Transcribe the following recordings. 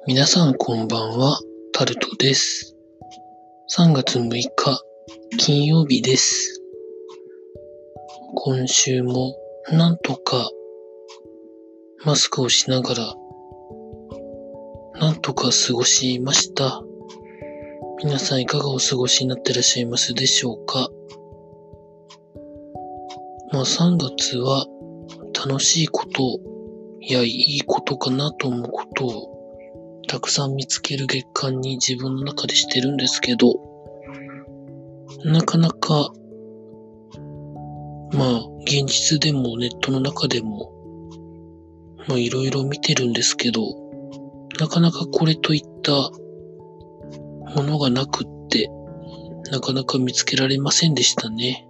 皆さんこんばんは、タルトです。3月6日、金曜日です。今週もなんとかマスクをしながら、なんとか過ごしました。皆さんいかがお過ごしになっていらっしゃいますでしょうか。3月は楽しいことやいいことかなと思うことをたくさん見つける月間に自分の中でしてるんですけど、なかなか現実でもネットの中でもいろいろ見てるんですけど、なかなかこれといったものがなくって、なかなか見つけられませんでしたね。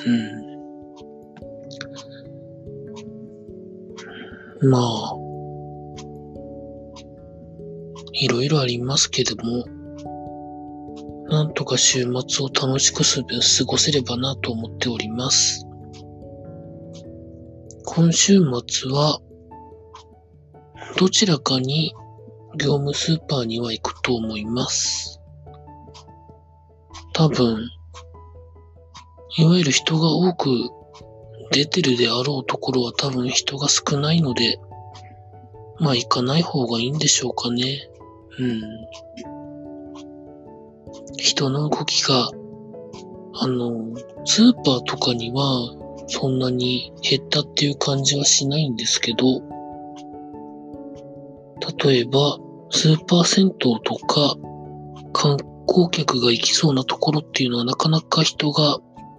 いろいろありますけども、なんとか週末を楽しく過ごせればなと思っております。今週末は、どちらかに業務スーパーには行くと思います。多分、いわゆる人が多く出てるであろうところは多分人が少ないので、行かない方がいいんでしょうかね。人の動きが、スーパーとかにはそんなに減ったっていう感じはしないんですけど、例えば、スーパー銭湯とか観光客が行きそうなところっていうのはなかなか人が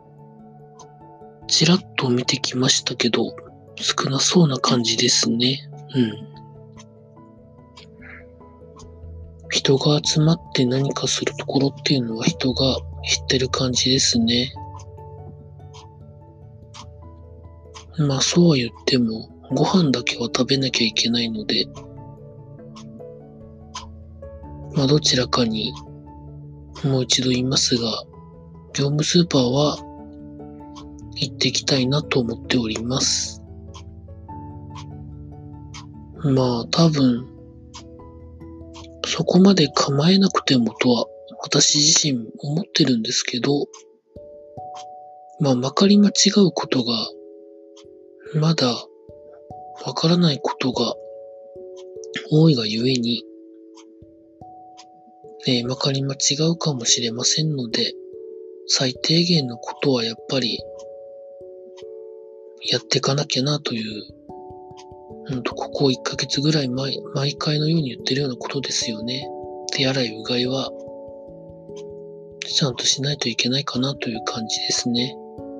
ちらっと見てきましたけど、少なそうな感じですね。人が集まって何かするところっていうのは人が減ってる感じですね。そうは言っても、ご飯だけは食べなきゃいけないので、どちらかにもう一度言いますが、業務スーパーは行ってきたいなと思っております。多分、そこまで構えなくてもとは私自身思ってるんですけど、まかり間違うことがまだわからないことが多いがゆえに、まかり間違うかもしれませんので、最低限のことはやっぱりやっていかなきゃなという、ここ1ヶ月ぐらい毎回のように言ってるようなことですよね。手洗いうがいはちゃんとしないといけないかなという感じですね。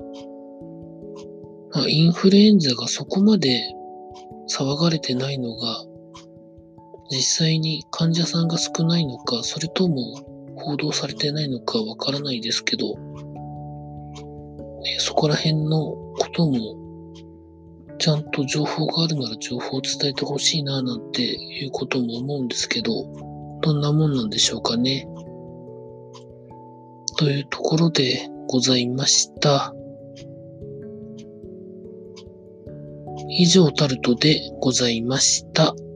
インフルエンザがそこまで騒がれてないのが、実際に患者さんが少ないのか、それとも報道されてないのかわからないですけど、そこら辺のこともちゃんと情報があるなら情報を伝えてほしいななんていうことも思うんですけど、どんなもんなんでしょうかね。というところでございました。以上タルトでございました。